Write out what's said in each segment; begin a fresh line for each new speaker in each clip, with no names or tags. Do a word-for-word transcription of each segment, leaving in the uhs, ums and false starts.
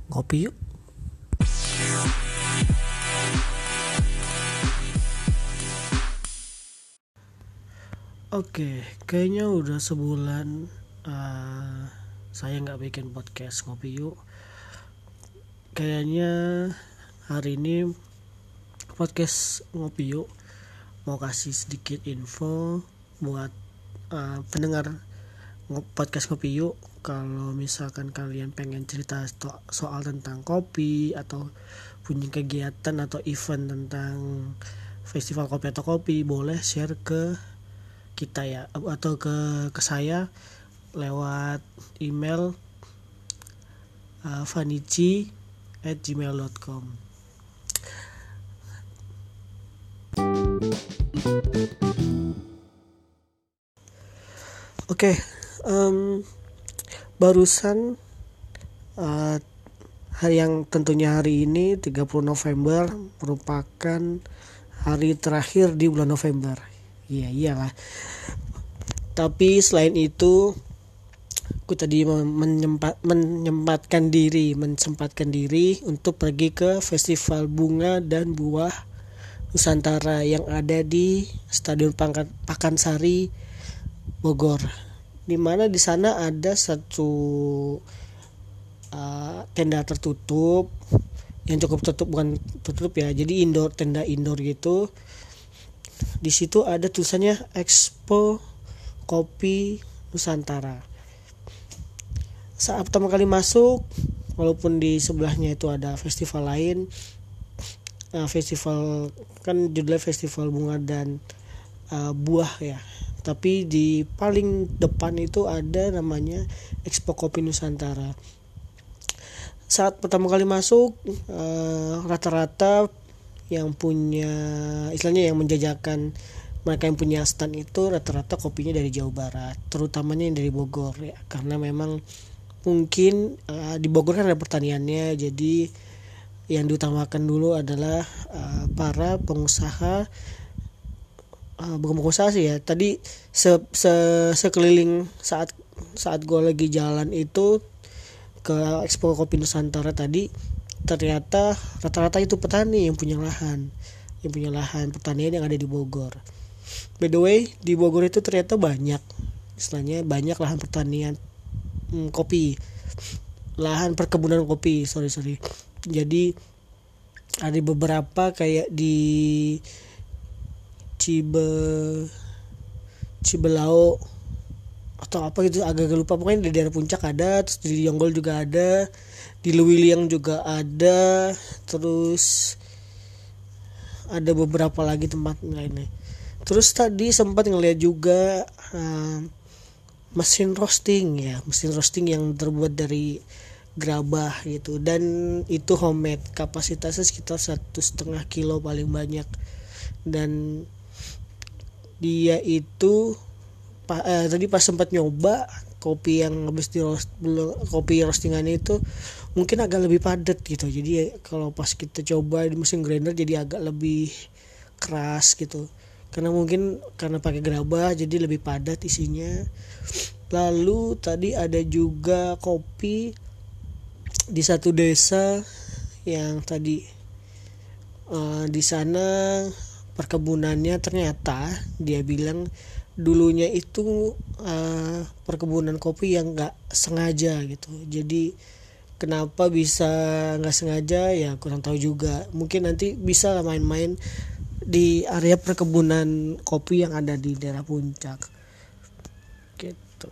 Ngopi yuk. Oke, kayaknya udah sebulan uh, saya nggak bikin podcast ngopi yuk. Kayaknya hari ini podcast ngopi yuk mau kasih sedikit info buat uh, pendengar podcast ngopi yuk. Kalau misalkan kalian pengen cerita so- soal tentang kopi atau punya kegiatan atau event tentang festival kopi atau kopi, boleh share ke kita ya, atau ke ke saya lewat email uh, vanici at gmail dot com. Oke, okay, um, barusan uh, hari yang tentunya hari ini tiga puluh November merupakan hari terakhir di bulan November. Iya iyalah. Tapi selain itu, aku tadi menyempat, menyempatkan diri, mensempatkan diri untuk pergi ke Festival Bunga dan Buah Nusantara yang ada di Stadion Pakansari, Bogor. Di mana di sana ada satu uh, tenda tertutup yang cukup tertutup, bukan tertutup ya, jadi indoor, tenda indoor gitu. Di situ ada tulisannya Expo Kopi Nusantara. Saat pertama kali masuk, walaupun di sebelahnya itu ada festival lain, uh, festival kan judulnya Festival Bunga dan uh, Buah ya, tapi di paling depan itu ada namanya Expo Kopi Nusantara. Saat pertama kali masuk, uh, rata-rata yang punya, istilahnya yang menjajakan, mereka yang punya stand itu rata-rata kopinya dari Jawa Barat, terutamanya yang dari Bogor ya, karena memang mungkin uh, di Bogor kan ada pertaniannya, jadi yang diutamakan dulu adalah uh, para pengusaha, uh, bukan pengusaha sih ya, tadi se, se, sekeliling saat saat gue lagi jalan itu ke Expo Kopi Nusantara tadi, ternyata rata-rata itu petani yang punya lahan, yang punya lahan pertanian yang ada di Bogor. By the way, di Bogor itu ternyata banyak, istilahnya banyak lahan pertanian hmm, kopi, lahan perkebunan kopi, sorry sorry. Jadi ada beberapa kayak di Cibe, Cibelau atau apa gitu, agak lupa, pokoknya di daerah puncak ada, terus di Yonggol juga ada, di Lewiliang juga ada, terus ada beberapa lagi tempat lainnya. Terus tadi sempat ngeliat juga uh, mesin roasting ya, mesin roasting yang terbuat dari gerabah gitu, dan itu homemade, kapasitasnya sekitar satu setengah kilo paling banyak, dan dia itu pa, eh, tadi pas sempat nyoba kopi yang habis di roast, kopi roastingannya itu mungkin agak lebih padat gitu, jadi kalau pas kita coba di mesin grinder jadi agak lebih keras gitu, karena mungkin karena pakai gerabah jadi lebih padat isinya. Lalu tadi ada juga kopi di satu desa yang tadi uh, di sana perkebunannya ternyata dia bilang dulunya itu uh, perkebunan kopi yang nggak sengaja gitu. Jadi kenapa bisa nggak sengaja ya kurang tahu juga. Mungkin nanti bisa main-main di area perkebunan kopi yang ada di daerah puncak gitu.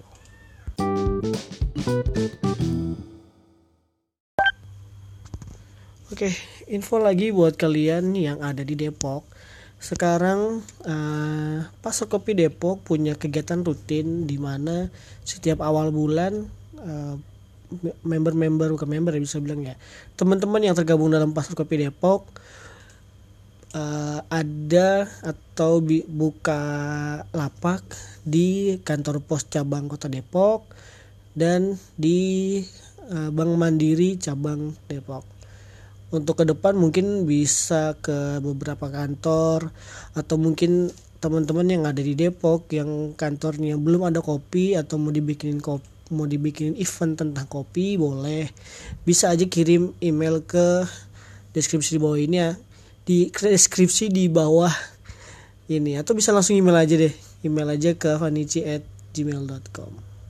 Oke, info lagi buat kalian yang ada di Depok. Sekarang uh, Pasar Kopi Depok punya kegiatan rutin di mana setiap awal bulan uh, member-member, bukan member ya bisa bilang ya, teman-teman yang tergabung dalam Pasar Kopi Depok uh, ada atau bi- buka lapak di kantor pos cabang Kota Depok dan di uh, Bank Mandiri cabang Depok. Untuk ke depan mungkin bisa ke beberapa kantor, atau mungkin teman-teman yang ada di Depok yang kantornya belum ada kopi atau mau dibikinin kopi, mau dibikin event tentang kopi boleh, bisa aja kirim email ke deskripsi di bawah ini ya, di deskripsi di bawah ini, atau bisa langsung email aja deh, email aja ke vanici at gmail dot com.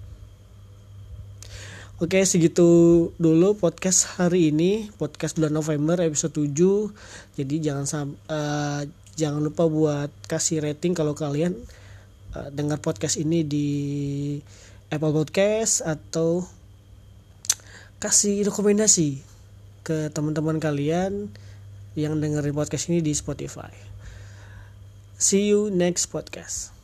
Oke, segitu dulu podcast hari ini, podcast bulan November episode tujuh. Jadi jangan uh, jangan lupa buat kasih rating kalau kalian uh, dengar podcast ini di Apple Podcast, atau kasih rekomendasi ke teman-teman kalian yang dengerin podcast ini di Spotify. See you next podcast.